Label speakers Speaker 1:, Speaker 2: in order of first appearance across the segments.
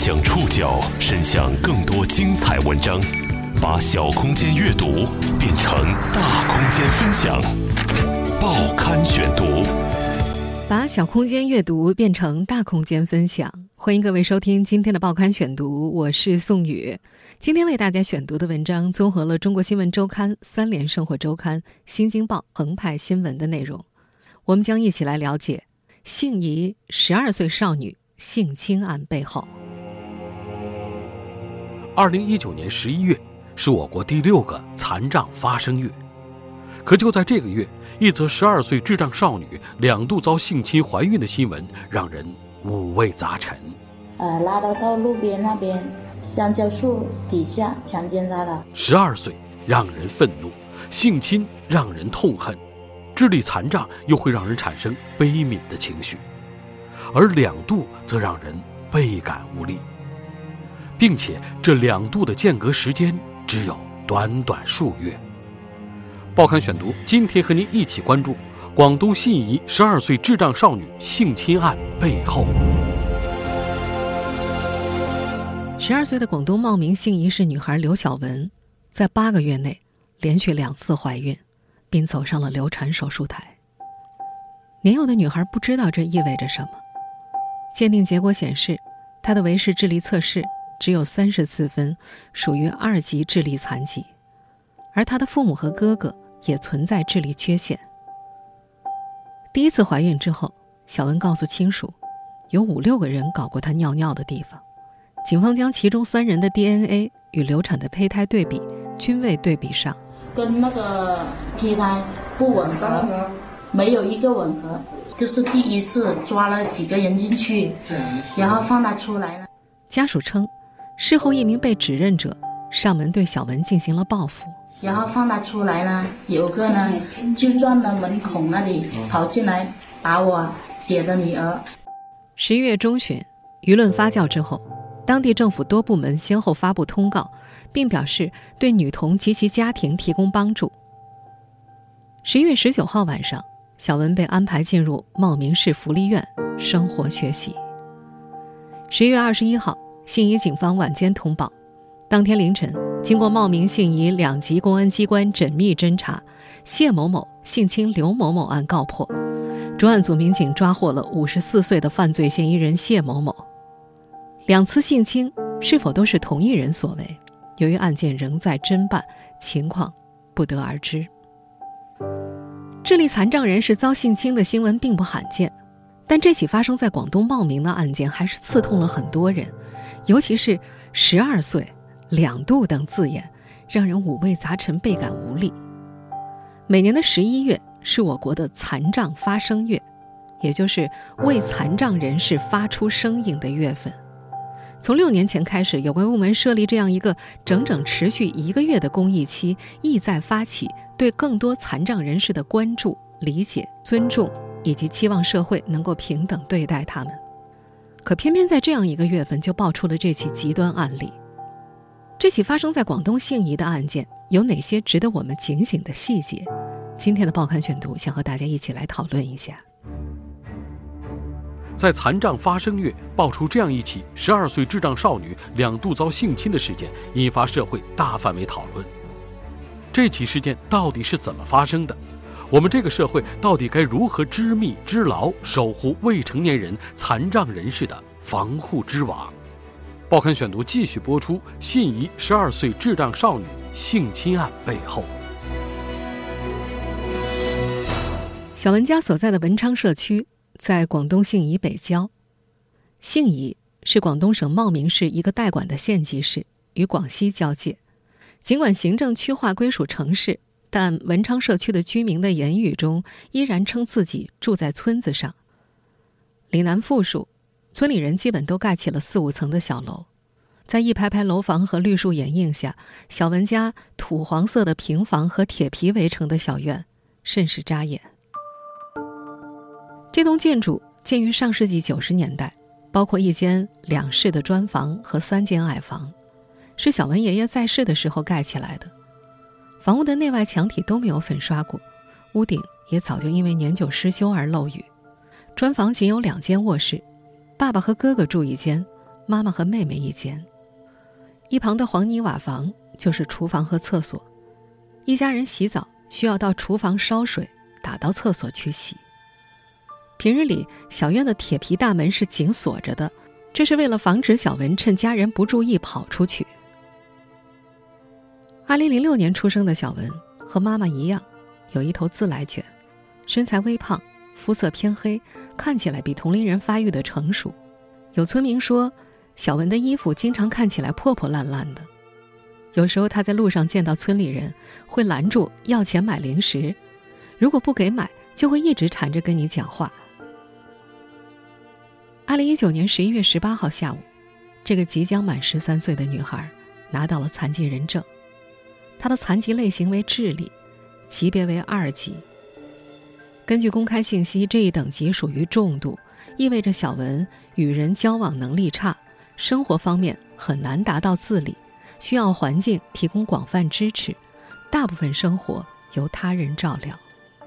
Speaker 1: 将触角伸向更多精彩文章，把小空间阅读变成大空间分享。报刊选读，
Speaker 2: 把小空间阅读变成大空间分享。欢迎各位收听今天的报刊选读，我是宋宇。今天为大家选读的文章综合了中国新闻周刊、三联生活周刊、新京报、澎湃新闻的内容。我们将一起来了解姓宜12岁少女性侵案背后。
Speaker 3: 2019年11月是我国第6个残障发生月，可就在这个月，一则12岁智障少女2度遭性侵怀孕的新闻让人五味杂陈。
Speaker 4: 拉到路边那边香蕉树底下强奸她的。
Speaker 3: 12岁让人愤怒，性侵让人痛恨，智力残障又会让人产生悲悯的情绪，而2度则让人倍感无力，并且这2度的间隔时间只有短短数月。报刊选读今天和您一起关注广东信宜12岁智障少女性侵案背后。
Speaker 2: 12岁的广东茂名姓宜市女孩刘小文，在8个月内连续2次怀孕，并走上了流产手术台。年幼的女孩不知道这意味着什么。鉴定结果显示，她的维氏智力测试只有34分，属于2级智力残疾，而她的父母和哥哥也存在智力缺陷。第一次怀孕之后，小文告诉亲属，有5、6个人搞过她尿尿的地方。警方将其中3人的 DNA 与流产的胚胎对比，均未对比上，
Speaker 4: 跟那个胚胎不吻合，没有一个吻合。就是第一次抓了几个人进去，然后放他出来了。
Speaker 2: 家属称，事后一名被指认者上门对小文进行了报复，
Speaker 4: 然后放他出来呢，有个呢就撞到门孔那里跑进来打我姐的女儿。
Speaker 2: 11月中旬，舆论发酵之后，当地政府多部门先后发布通告，并表示对女童及其家庭提供帮助。11月19号晚上，小文被安排进入茂名市福利院生活学习。11月21号，信宜警方晚间通报，当天凌晨，经过茂名信宜2级公安机关缜密侦查，谢某某性侵刘某某案告破，专案组民警抓获了54岁的犯罪嫌疑人谢某某。2次性侵是否都是同一人所为，由于案件仍在侦办，情况不得而知。智力残障人士遭性侵的新闻并不罕见，但这起发生在广东茂名的案件还是刺痛了很多人，尤其是12岁、2度等字眼，让人五味杂陈，倍感无力。每年的11月是我国的残障发声月，也就是为残障人士发出声音的月份。从6年前开始，有关部门设立这样一个整整持续1个月的公益期，意在发起对更多残障人士的关注、理解、尊重，以及期望社会能够平等对待他们。可偏偏在这样一个月份就爆出了这起极端案例。这起发生在广东信宜的案件有哪些值得我们警醒的细节？今天的报刊选读想和大家一起来讨论一下。
Speaker 3: 在残障发声月爆出这样一起12岁智障少女2度遭性侵的事件，引发社会大范围讨论。这起事件到底是怎么发生的？我们这个社会到底该如何织密织牢，守护未成年人、残障人士的防护之网？报刊选读继续播出信宜12岁智障少女性侵案背后。
Speaker 2: 小文家所在的文昌社区在广东信宜北郊。信宜是广东省茂名市一个代管的县级市，与广西交界。尽管行政区划归属城市，但文昌社区的居民的言语中依然称自己住在村子上。岭南富庶，村里人基本都盖起了4、5层的小楼。在一排排楼房和绿树掩映下，小文家土黄色的平房和铁皮围成的小院甚是扎眼。这栋建筑建于上世纪90年代，包括1间2室的砖房和3间矮房，是小文爷爷在世的时候盖起来的。房屋的内外墙体都没有粉刷过，屋顶也早就因为年久失修而漏雨。砖房仅有2间卧室，爸爸和哥哥住1间， 妈妈和妹妹一间。一旁的黄泥瓦房就是厨房和厕所，一家人洗澡需要到厨房烧水，打到厕所去洗。平日里，小院的铁皮大门是紧锁着的，这是为了防止小文趁家人不注意跑出去。2006年出生的小文和妈妈一样，有一头自来犬，身材微胖，肤色偏黑，看起来比同龄人发育的成熟。有村民说，小文的衣服经常看起来破破烂烂的，有时候他在路上见到村里人，会拦住要钱买零食，如果不给买，就会一直缠着跟你讲话。2019年11月18号下午，这个即将满13岁的女孩拿到了残疾人证，她的残疾类型为智力，级别为2级。根据公开信息，这一等级属于重度，意味着小文与人交往能力差，生活方面很难达到自理，需要环境提供广泛支持，大部分生活由他人照料。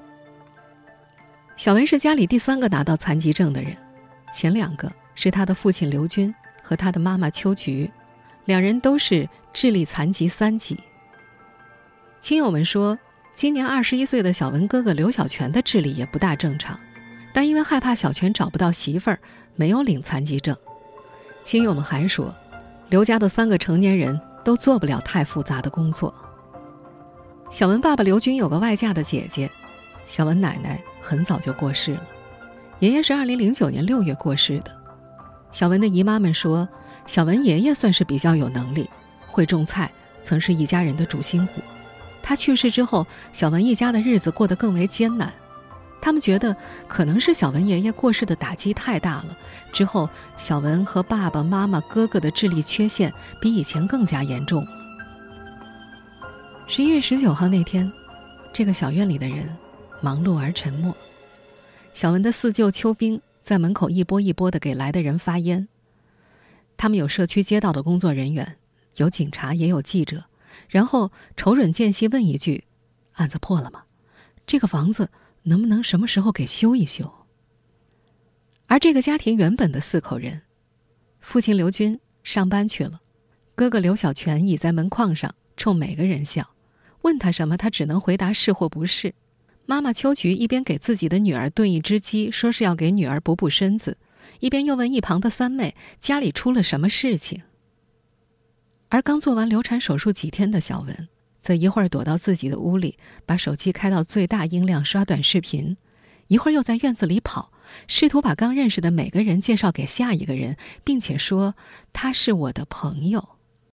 Speaker 2: 小文是家里第3个拿到残疾证的人，前2个是他的父亲刘军和他的妈妈秋菊，2人都是智力残疾3级。亲友们说，今年21岁的小文哥哥刘小泉的智力也不大正常，但因为害怕小泉找不到媳妇儿，没有领残疾证。亲友们还说，刘家的3个成年人都做不了太复杂的工作。小文爸爸刘军有个外嫁的姐姐，小文奶奶很早就过世了，爷爷是2009年6月过世的。小文的姨妈们说，小文爷爷算是比较有能力，会种菜，曾是一家人的主心骨。他去世之后，小文一家的日子过得更为艰难。他们觉得可能是小文爷爷过世的打击太大了，之后小文和爸爸妈妈哥哥的智力缺陷比以前更加严重。11月19号那天，这个小院里的人忙碌而沉默。小文的4舅邱兵在门口一波一波地给来的人发烟。他们有社区街道的工作人员，有警察，也有记者，然后瞅准间隙问一句，案子破了吗？这个房子能不能什么时候给修一修？而这个家庭原本的4口人，父亲刘军上班去了，哥哥刘小泉倚在门框上冲每个人笑，问他什么他只能回答是或不是。妈妈秋菊一边给自己的女儿炖一只鸡，说是要给女儿补补身子，一边又问一旁的3妹家里出了什么事情。而刚做完流产手术几天的小文，则一会儿躲到自己的屋里，把手机开到最大音量刷短视频，一会儿又在院子里跑，试图把刚认识的每个人介绍给下一个人，并且说他是我的朋友。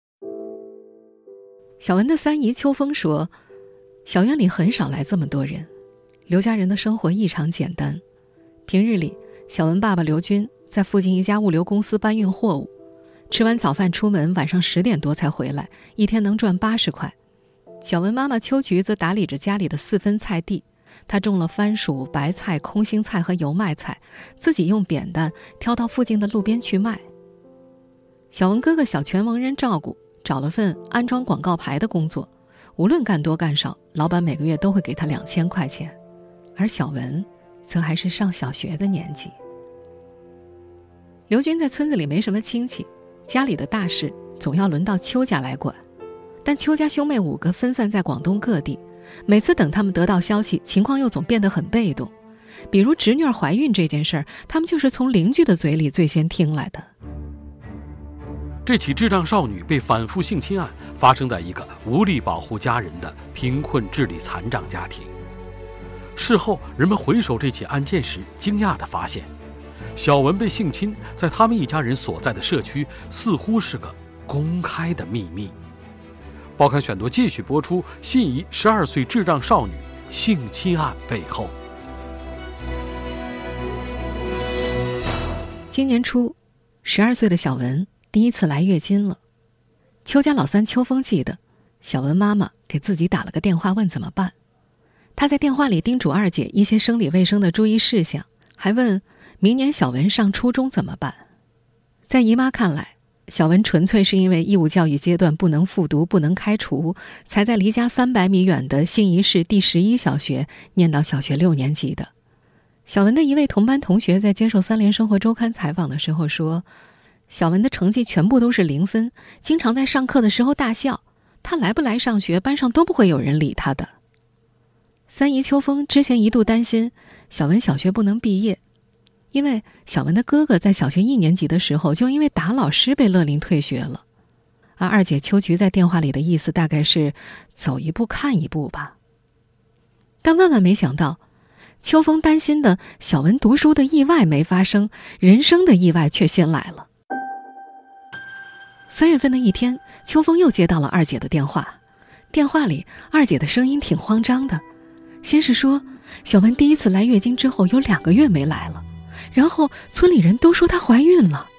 Speaker 2: 小文的3姨秋风说，小院里很少来这么多人，刘家人的生活异常简单。平日里，小文爸爸刘军在附近一家物流公司搬运货物，吃完早饭出门，晚上10点多才回来，一天能赚80块。小文妈妈秋菊则打理着家里的4分菜地，她种了番薯、白菜、空心菜和油麦菜，自己用扁担挑到附近的路边去卖。小文哥哥小泉蒙人照顾，找了份安装广告牌的工作，无论干多干少，老板每个月都会给他2000块钱。而小文则还是上小学的年纪。刘军在村子里没什么亲戚，家里的大事总要轮到邱家来管，但邱家兄妹5个分散在广东各地，每次等他们得到消息，情况又总变得很被动。比如侄女儿怀孕这件事儿，他们就是从邻居的嘴里最先听来的。
Speaker 3: 这起智障少女被反复性侵案发生在一个无力保护家人的贫困智力残障家庭。事后人们回首这起案件时，惊讶地发现，小文被性侵在他们一家人所在的社区似乎是个公开的秘密。报刊选读继续播出信宜12岁智障少女性侵案背后。
Speaker 2: 今年初，12岁的小文第一次来月经了。邱家老三邱峰记得，小文妈妈给自己打了个电话问怎么办。她在电话里叮嘱二姐一些生理卫生的注意事项，还问明年小文上初中怎么办。在姨妈看来，小文纯粹是因为义务教育阶段不能复读不能开除，才在离家300米远的信宜市第11小学念到小学6年级的。小文的一位同班同学在接受3联生活周刊采访的时候说， 小文的成绩全部都是0分，经常在上课的时候大笑，他来不来上学，班上都不会有人理他的。三姨秋风之前一度担心小文小学不能毕业，因为小文的哥哥在小学1年级的时候就因为打老师被勒令退学了。而二姐秋菊在电话里的意思大概是走一步看一步吧。但万万没想到，秋风担心的小文读书的意外没发生，人生的意外却先来了。3月份的一天，秋风又接到了二姐的电话。电话里二姐的声音挺慌张的，先是说小文第一次来月经之后有2个月没来了，然后村里人都说她怀孕了。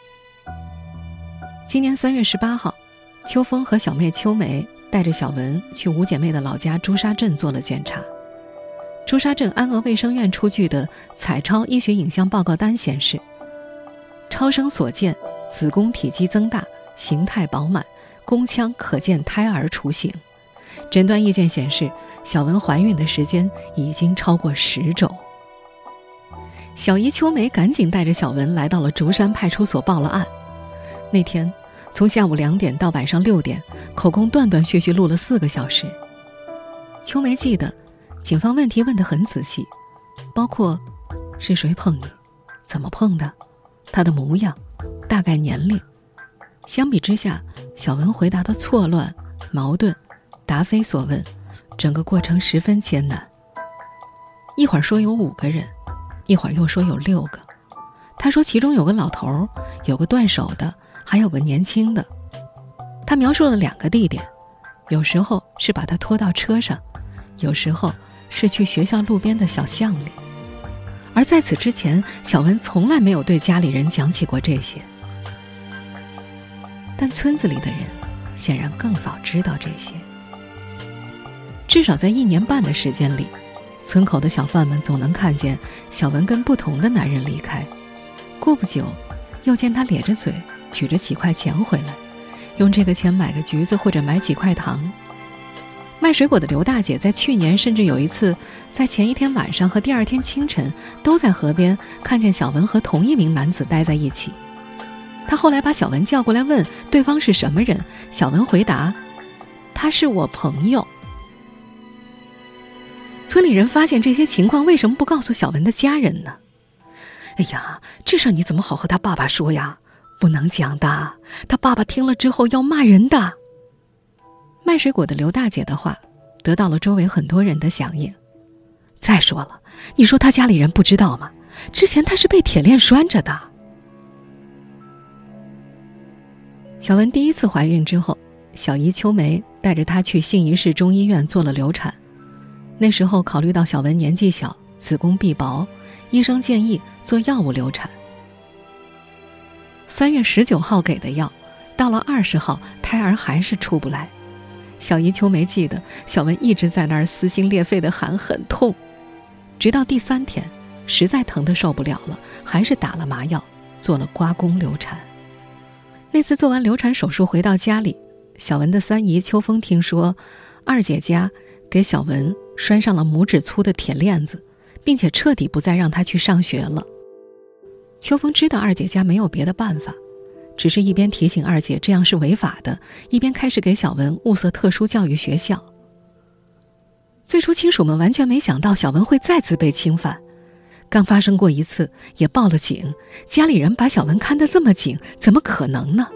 Speaker 2: 今年3月18号，秋风和小妹秋梅带着小文去五姐妹的老家朱砂镇做了检查。朱砂镇安娥卫生院出具的彩超医学影像报告单显示，超声所见子宫体积增大，形态饱满，宫腔可见胎儿雏形。诊断意见显示，小文怀孕的时间已经超过10周。小姨秋梅赶紧带着小文来到了竹山派出所报了案。那天从下午2点到晚上6点，口供断断续续录了4个小时。秋梅记得警方问题问得很仔细，包括是谁碰你，怎么碰的，他的模样，大概年龄。相比之下，小文回答的错乱、矛盾，答非所问，整个过程十分艰难。一会儿说有5个人，一会儿又说有6个。他说其中有个老头，有个断手的，还有个年轻的。他描述了2个地点，有时候是把他拖到车上，有时候是去学校路边的小巷里。而在此之前，小文从来没有对家里人讲起过这些。但村子里的人显然更早知道这些。至少在1年半的时间里，村口的小贩们总能看见小文跟不同的男人离开。过不久，又见他咧着嘴举着几块钱回来，用这个钱买个橘子或者买几块糖。卖水果的刘大姐在去年甚至有一次在前一天晚上和第2天清晨都在河边看见小文和同一名男子待在一起。她后来把小文叫过来问对方是什么人，小文回答他是我朋友。村里人发现这些情况，为什么不告诉小文的家人呢？哎呀，这事你怎么好和他爸爸说呀？不能讲的，他爸爸听了之后要骂人的。卖水果的刘大姐的话得到了周围很多人的响应。再说了，你说他家里人不知道吗？之前他是被铁链拴着的。小文第1次怀孕之后，小姨秋梅带着她去信宜市中医院做了流产。那时候考虑到小文年纪小，子宫壁薄，医生建议做药物流产。3月19号给的药，到了20号，胎儿还是出不来。小姨秋梅记得小文一直在那儿撕心裂肺地喊很痛，直到第3天实在疼得受不了了，还是打了麻药，做了刮宫流产。那次做完流产手术回到家里，小文的三姨秋风听说二姐家给小文拴上了拇指粗的铁链子，并且彻底不再让她去上学了。秋风知道二姐家没有别的办法，只是一边提醒二姐这样是违法的，一边开始给小文物色特殊教育学校。最初亲属们完全没想到小文会再次被侵犯，刚发生过一次也报了警，家里人把小文看得这么紧，怎么可能呢？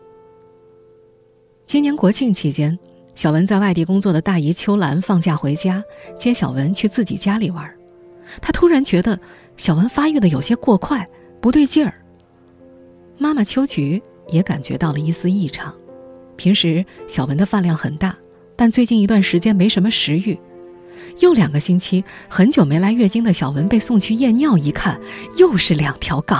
Speaker 2: 今年国庆期间，小文在外地工作的大姨秋兰放假回家，接小文去自己家里玩。她突然觉得小文发育的有些过快，不对劲儿。妈妈秋菊也感觉到了一丝异常。平时小文的饭量很大，但最近一段时间没什么食欲。又2个星期，很久没来月经的小文被送去验尿，一看又是2条杠。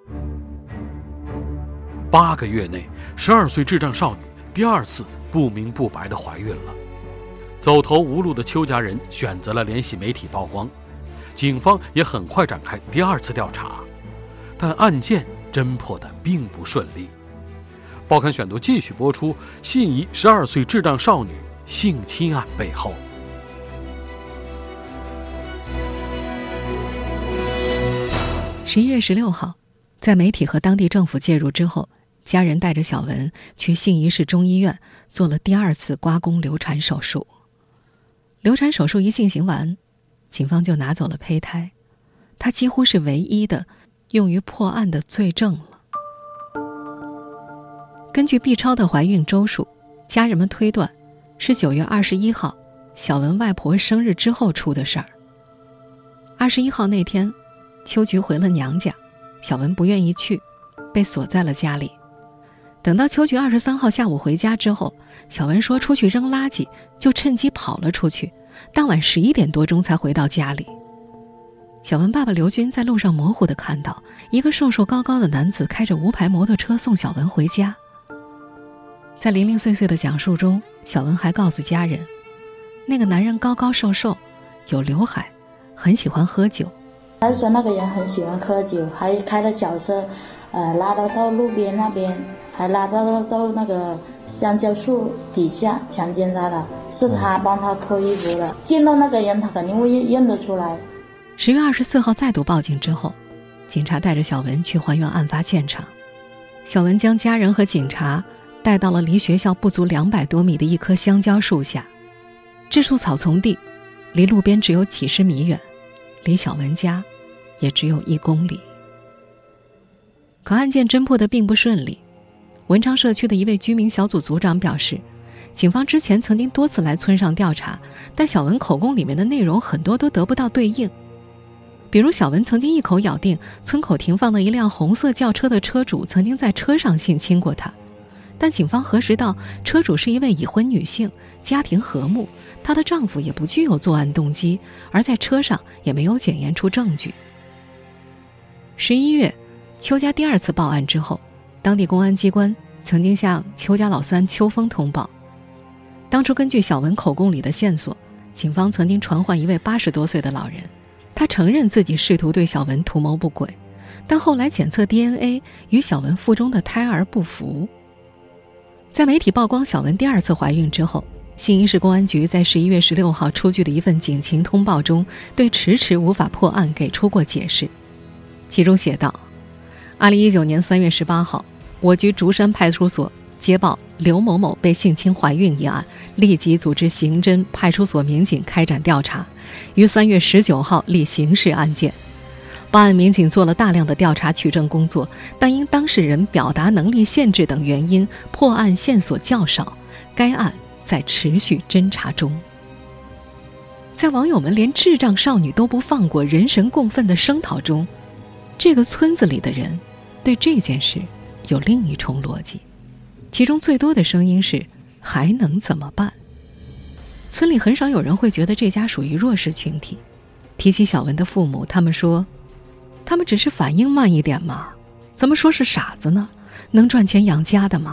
Speaker 3: 8个月内，12岁智障少女第2次不明不白地怀孕了。走投无路的邱家人选择了联系媒体曝光，警方也很快展开第2次调查，但案件侦破的并不顺利。报刊选读继续播出信宜12岁智障少女性侵案背后。
Speaker 2: 11月16号， 在媒体和当地政府介入之后，家人带着小文去信宜市中医院做了第2次刮宫流产手术。流产手术一进行完，警方就拿走了胚胎，它几乎是唯一的用于破案的罪证了。根据 B 超的怀孕周数，家人们推断是9月21号小文外婆生日之后出的事儿。21号那天，秋菊回了娘家，小文不愿意去，被锁在了家里。等到秋菊23号下午回家之后，小文说出去扔垃圾，就趁机跑了出去，当晚11点多钟才回到家里。小文爸爸刘军在路上模糊地看到一个瘦瘦高高的男子开着无牌摩托车送小文回家。在零零碎碎的讲述中，小文还告诉家人，那个男人高高瘦瘦，有刘海，很喜欢喝酒。
Speaker 4: 他说那个人很喜欢喝酒，还开了小车，拉到路边那边，还拉到那个香蕉树底下强奸他了，是他帮他脱衣服的。见到那个人，他肯定会认得出来。
Speaker 2: 10月24号再度报警之后，警察带着小文去还原案发现场。小文将家人和警察带到了离学校不足200多米的一棵香蕉树下，这处草丛地离路边只有几十米远，离小文家也只有1公里。可案件侦破的并不顺利。文昌社区的一位居民小组组长表示，警方之前曾经多次来村上调查，但小文口供里面的内容很多都得不到对应。比如小文曾经一口咬定村口停放的一辆红色轿车的车主曾经在车上性侵过他，但警方核实到车主是一位已婚女性，家庭和睦，她的丈夫也不具有作案动机，而在车上也没有检验出证据。11月，邱家第2次报案之后，当地公安机关曾经向邱家老三邱峰通报。当初根据小文口供里的线索，警方曾经传唤一位80多岁的老人，他承认自己试图对小文图谋不轨，但后来检测 DNA 与小文腹中的胎儿不符。在媒体曝光小文第2次怀孕之后，信宜市公安局在11月16号出具的一份警情通报中，对迟迟无法破案给出过解释。其中写道：2019年3月18号，我局竹山派出所接报刘某某被性侵怀孕一案，立即组织刑侦派出所民警开展调查，于3月19号立刑事案件。办案民警做了大量的调查取证工作，但因当事人表达能力限制等原因，破案线索较少，该案在持续侦查中。在网友们连智障少女都不放过、人神共愤的声讨中，这个村子里的人对这件事有另一重逻辑，其中最多的声音是还能怎么办。村里很少有人会觉得这家属于弱势群体。提起小文的父母，他们说他们只是反应慢一点嘛，怎么说是傻子呢？能赚钱养家的吗？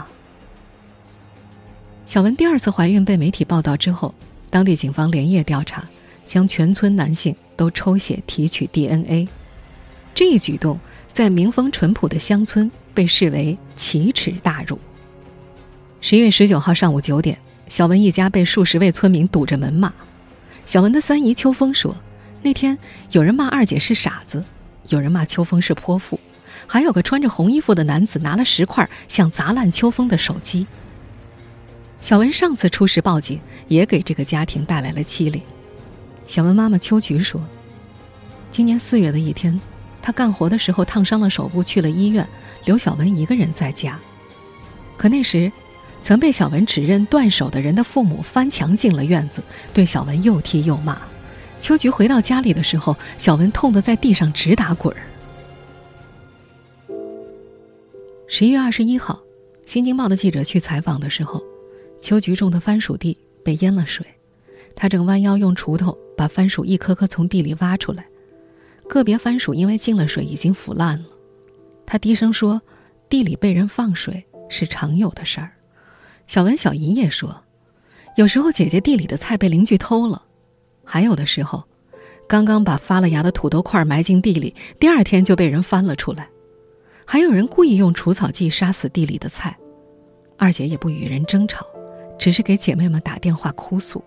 Speaker 2: 小文第2次怀孕被媒体报道之后，当地警方连夜调查，将全村男性都抽血提取 DNA。 这一举动在民风淳朴的乡村被视为奇耻大辱。11月19号上午9点，小文一家被数十位村民堵着门骂。小文的三姨秋风说，那天有人骂二姐是傻子，有人骂秋风是泼妇，还有个穿着红衣服的男子拿了石块想砸烂秋风的手机。小文上次出事报警，也给这个家庭带来了欺凌。小文妈妈秋菊说，今年4月的一天，她干活的时候烫伤了手部，去了医院，留小文一个人在家。可那时曾被小文指认断手的人的父母翻墙进了院子，对小文又踢又骂。秋菊回到家里的时候，小文痛得在地上直打滚。11月21号，新京报的记者去采访的时候，秋菊种的番薯地被淹了水，他正弯腰用锄头把番薯一颗颗从地里挖出来，个别番薯因为进了水已经腐烂了。他低声说，地里被人放水是常有的事儿。小文小姨也说，有时候姐姐地里的菜被邻居偷了，还有的时候刚刚把发了芽的土豆块埋进地里，第2天就被人翻了出来。还有人故意用除草剂杀死地里的菜，二姐也不与人争吵，只是给姐妹们打电话哭诉。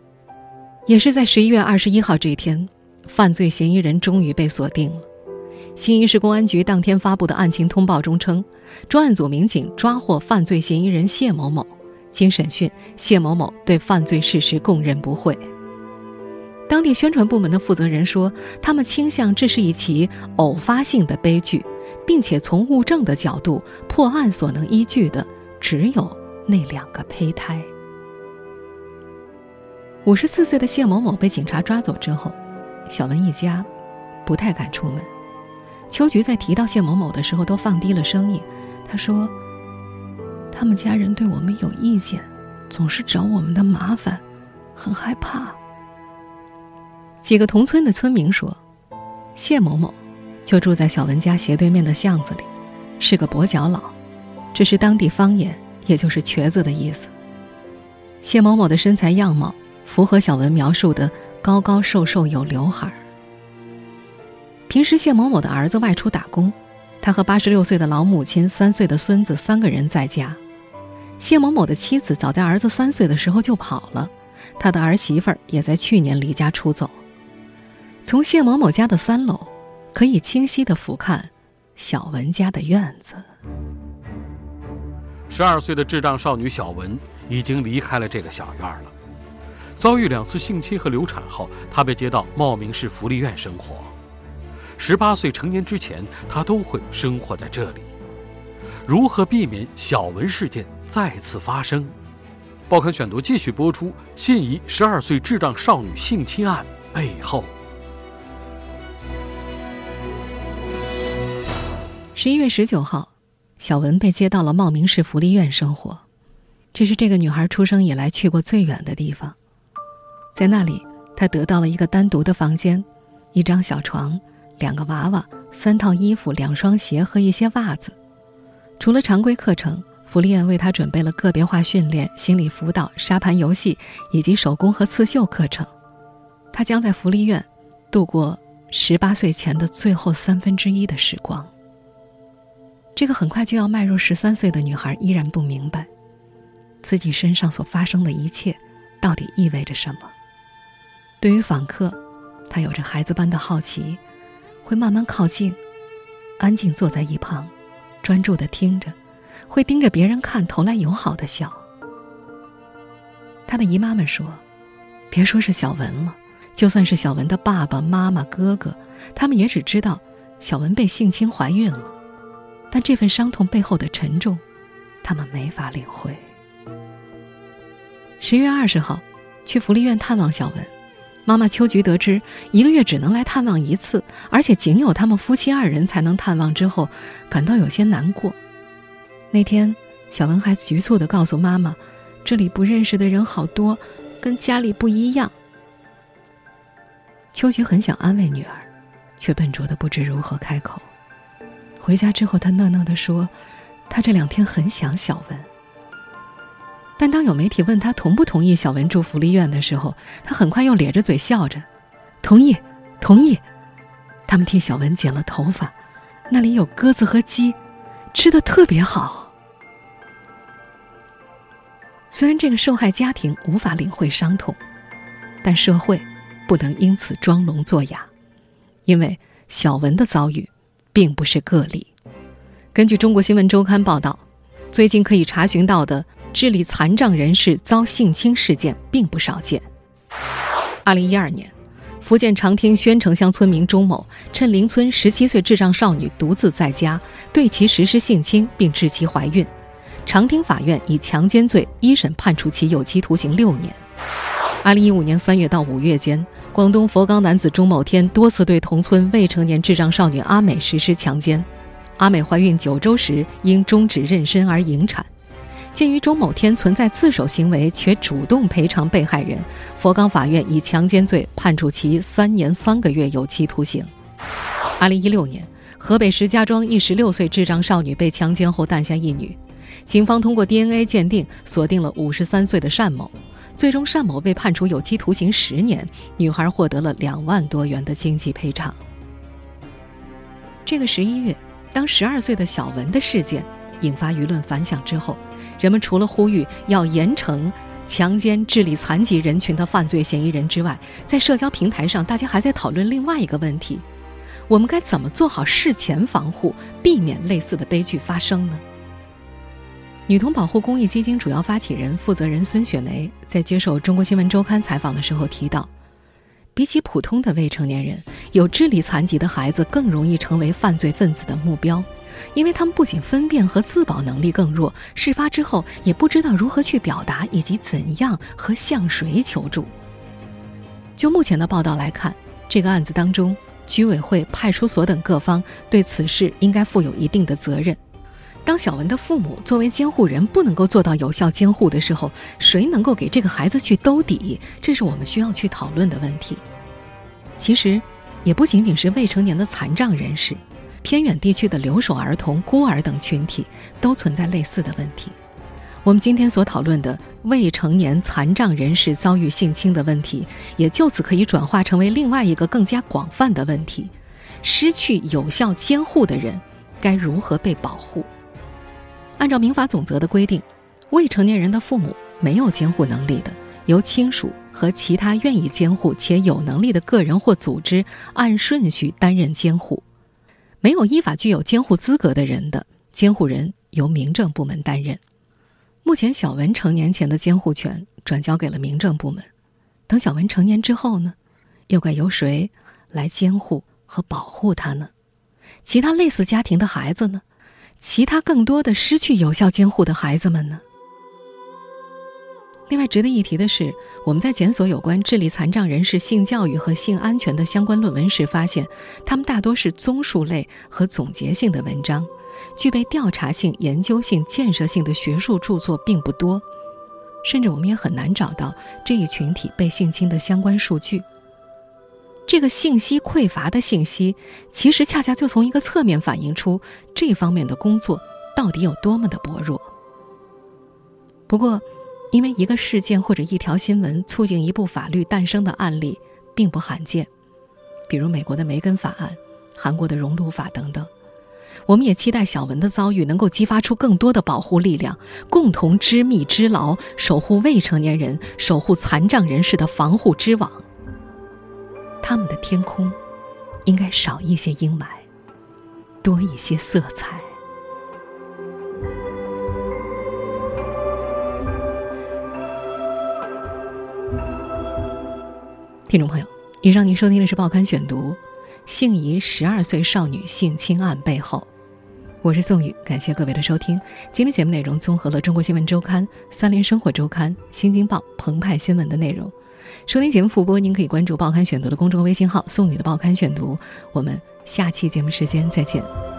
Speaker 2: 也是在11月21号这天，犯罪嫌疑人终于被锁定了。 新一市公安局当天发布的案情通报中称，专案组民警抓获犯罪嫌疑人谢某某，经审讯，谢某某对犯罪事实供认不讳。当地宣传部门的负责人说，他们倾向这是一起偶发性的悲剧，并且从物证的角度，破案所能依据的只有那2个胚胎。54岁的谢某某被警察抓走之后，小文一家不太敢出门。秋菊在提到谢某某的时候都放低了声音，她说，他们家人对我们有意见，总是找我们的麻烦，很害怕。几个同村的村民说，谢某某就住在小文家斜对面的巷子里，是个跛脚佬，这是当地方言，也就是瘸子的意思。谢某某的身材样貌符合小文描述的高高瘦瘦有刘海。平时谢某某的儿子外出打工，他和86岁的老母亲、3岁的孙子3个人在家。谢某某的妻子早在儿子3岁的时候就跑了，他的儿媳妇儿也在去年离家出走。从谢某某家的3楼可以清晰地俯瞰小文家的院子。
Speaker 3: 12岁的智障少女小文已经离开了这个小院了。遭遇2次性侵和流产后，她被接到茂名市福利院生活。18岁成年之前，她都会生活在这里。如何避免小文事件再次发生？报刊选读继续播出现疑12岁智障少女性侵案背后。
Speaker 2: 11月19号，小文被接到了茂名市福利院生活，这是这个女孩出生以来去过最远的地方。在那里，她得到了一个单独的房间，一张小床，2个娃娃，3套衣服，2双鞋和一些袜子。除了常规课程，福利院为她准备了个别化训练、心理辅导、沙盘游戏以及手工和刺绣课程。她将在福利院度过18岁前的最后1/3的时光。这个很快就要迈入13岁的女孩依然不明白，自己身上所发生的一切到底意味着什么。对于访客，她有着孩子般的好奇，会慢慢靠近，安静坐在一旁，专注地听着，会盯着别人看，投来友好的笑。她的姨妈们说，别说是小文了，就算是小文的爸爸妈妈哥哥，他们也只知道小文被性侵怀孕了，但这份伤痛背后的沉重，他们没法领会。10月20号，去福利院探望小文，妈妈秋菊得知1个月只能来探望1次，而且仅有他们夫妻2人才能探望之后，感到有些难过。那天，小文还局促地告诉妈妈，这里不认识的人好多，跟家里不一样。秋菊很想安慰女儿，却笨拙地不知如何开口。回家之后，她讷讷地说，她这2天很想小文。但当有媒体问她同不同意小文住福利院的时候，她很快又咧着嘴笑着，同意，同意。他们替小文剪了头发，那里有鸽子和鸡，吃得特别好。虽然这个受害家庭无法领会伤痛，但社会不能因此装聋作哑，因为小文的遭遇并不是个例。根据中国新闻周刊报道，最近可以查询到的智力残障人士遭性侵事件并不少见。2012年，福建长汀宣城乡村民钟某趁邻村17岁智障少女独自在家，对其实施性侵并致其怀孕。长汀法院以强奸罪一审判处其有期徒刑6年。2015年3月到5月间，广东佛冈男子钟某天多次对同村未成年智障少女阿美实施强奸。阿美怀孕9周时因终止妊娠而引产。鉴于钟某天存在自首行为且主动赔偿被害人，佛冈法院以强奸罪判处其3年3个月有期徒刑。2016年，河北石家庄一16岁智障少女被强奸后诞下一女，警方通过 DNA 鉴定锁定了53岁的单某，最终单某被判处有期徒刑10年，女孩获得了2万多元的经济赔偿。这个11月，当12岁的小文的事件引发舆论反响之后，人们除了呼吁要严惩强奸智力残疾人群的犯罪嫌疑人之外，在社交平台上大家还在讨论另外一个问题： 我们该怎么做好事前防护，避免类似的悲剧发生呢？女童保护公益基金主要发起人、负责人孙雪梅在接受中国新闻周刊采访的时候提到，比起普通的未成年人，有智力残疾的孩子更容易成为犯罪分子的目标，因为他们不仅分辨和自保能力更弱，事发之后也不知道如何去表达以及怎样和向谁求助。就目前的报道来看，这个案子当中，居委会、派出所等各方对此事应该负有一定的责任。当小文的父母作为监护人不能够做到有效监护的时候，谁能够给这个孩子去兜底，这是我们需要去讨论的问题。其实也不仅仅是未成年的残障人士，偏远地区的留守儿童、孤儿等群体都存在类似的问题。我们今天所讨论的未成年残障人士遭遇性侵的问题，也就此可以转化成为另外一个更加广泛的问题：失去有效监护的人该如何被保护？按照民法总则的规定，未成年人的父母没有监护能力的，由亲属和其他愿意监护且有能力的个人或组织按顺序担任监护。没有依法具有监护资格的人的，监护人由民政部门担任。目前小文成年前的监护权转交给了民政部门，等小文成年之后呢，又该由谁来监护和保护他呢？其他类似家庭的孩子呢？其他更多的失去有效监护的孩子们呢？另外值得一提的是，我们在检索有关智力残障人士性教育和性安全的相关论文时发现，它们大多是综述类和总结性的文章，具备调查性、研究性、建设性的学术著作并不多，甚至我们也很难找到这一群体被性侵的相关数据。这个信息匮乏的信息，其实恰恰就从一个侧面反映出这方面的工作到底有多么的薄弱。不过，因为一个事件或者一条新闻促进一部法律诞生的案例并不罕见，比如美国的梅根法案、韩国的熔炉法等等。我们也期待小文的遭遇能够激发出更多的保护力量，共同织密织牢，守护未成年人，守护残障人士的防护之网。他们的天空应该少一些阴霾，多一些色彩。听众朋友，以上您收听的是报刊选读，姓疑12岁少女性侵案背后。我是宋宇，感谢各位的收听。今天节目内容综合了中国新闻周刊、三联生活周刊、新京报、澎湃新闻的内容。收听节目复播，您可以关注报刊选读的公众微信号宋宇的报刊选读。我们下期节目时间再见。